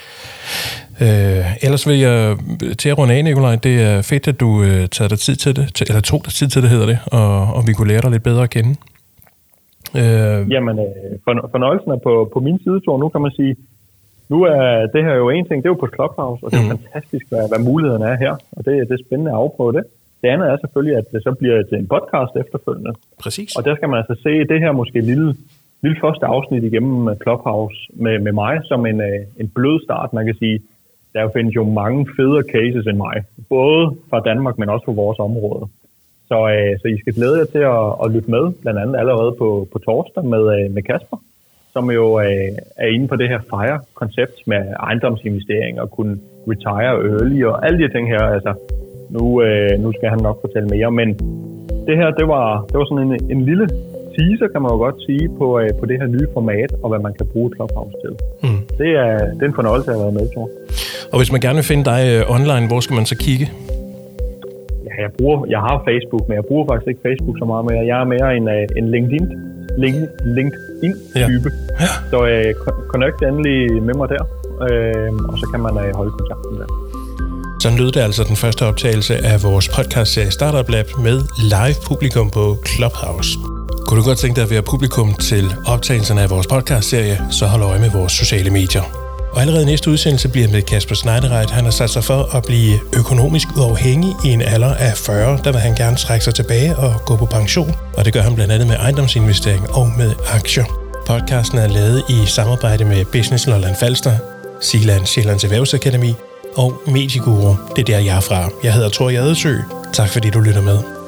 Ellers vil jeg til at runde af, Nikolaj. Det er fedt, at du tog dig tid til det, hedder det, og vi kunne lære dig lidt bedre at kende. Jamen, fornøjelsen er på min sidetur. Nu kan man sige, nu er det her jo en ting, det er jo på Clubhouse, og det er fantastisk, hvad mulighederne er her, og det er spændende at afprøve det. Det andet er selvfølgelig, at det så bliver til en podcast efterfølgende. Præcis. Og der skal man altså se det her måske lille første afsnit igennem Clubhouse med mig som en blød start, man kan sige. Der findes jo mange federe cases end mig, både fra Danmark, men også fra vores område. Så I skal glæde jer til at lytte med, blandt andet allerede på torsdag med Kasper, som jo er inde på det her FIRE-koncept med ejendomsinvesteringer og kunne retire early og alle de ting her. Altså, nu skal han nok fortælle mere, men det her, det var sådan en lille teaser, kan man jo godt sige, på det her nye format, og hvad man kan bruge Clubhouse til. Det er en fornøjelse at have været med, tror jeg. Og hvis man gerne vil finde dig online, hvor skal man så kigge? Ja, jeg har Facebook, men jeg bruger faktisk ikke Facebook så meget mere. Jeg er mere en LinkedIn-type. Ja. Så connect endelig med mig der, og så kan man holde kontakten der. Sådan lød det altså den første optagelse af vores podcast-serie Startup Lab med live publikum på Clubhouse. Kunne du godt tænke dig at være publikum til optagelserne af vores podcast-serie, så hold øje med vores sociale medier. Og allerede næste udsendelse bliver med Kasper Schneidereit. Han har sat sig for at blive økonomisk uafhængig i en alder af 40. Der vil han gerne trække sig tilbage og gå på pension. Og det gør han blandt andet med ejendomsinvestering og med aktier. Podcasten er lavet i samarbejde med Business Lolland Falster, Zealand Sjællands Erhvervsakademi og Medieguru. Det er der, jeg er fra. Jeg hedder Thor Jadesø. Tak fordi du lytter med.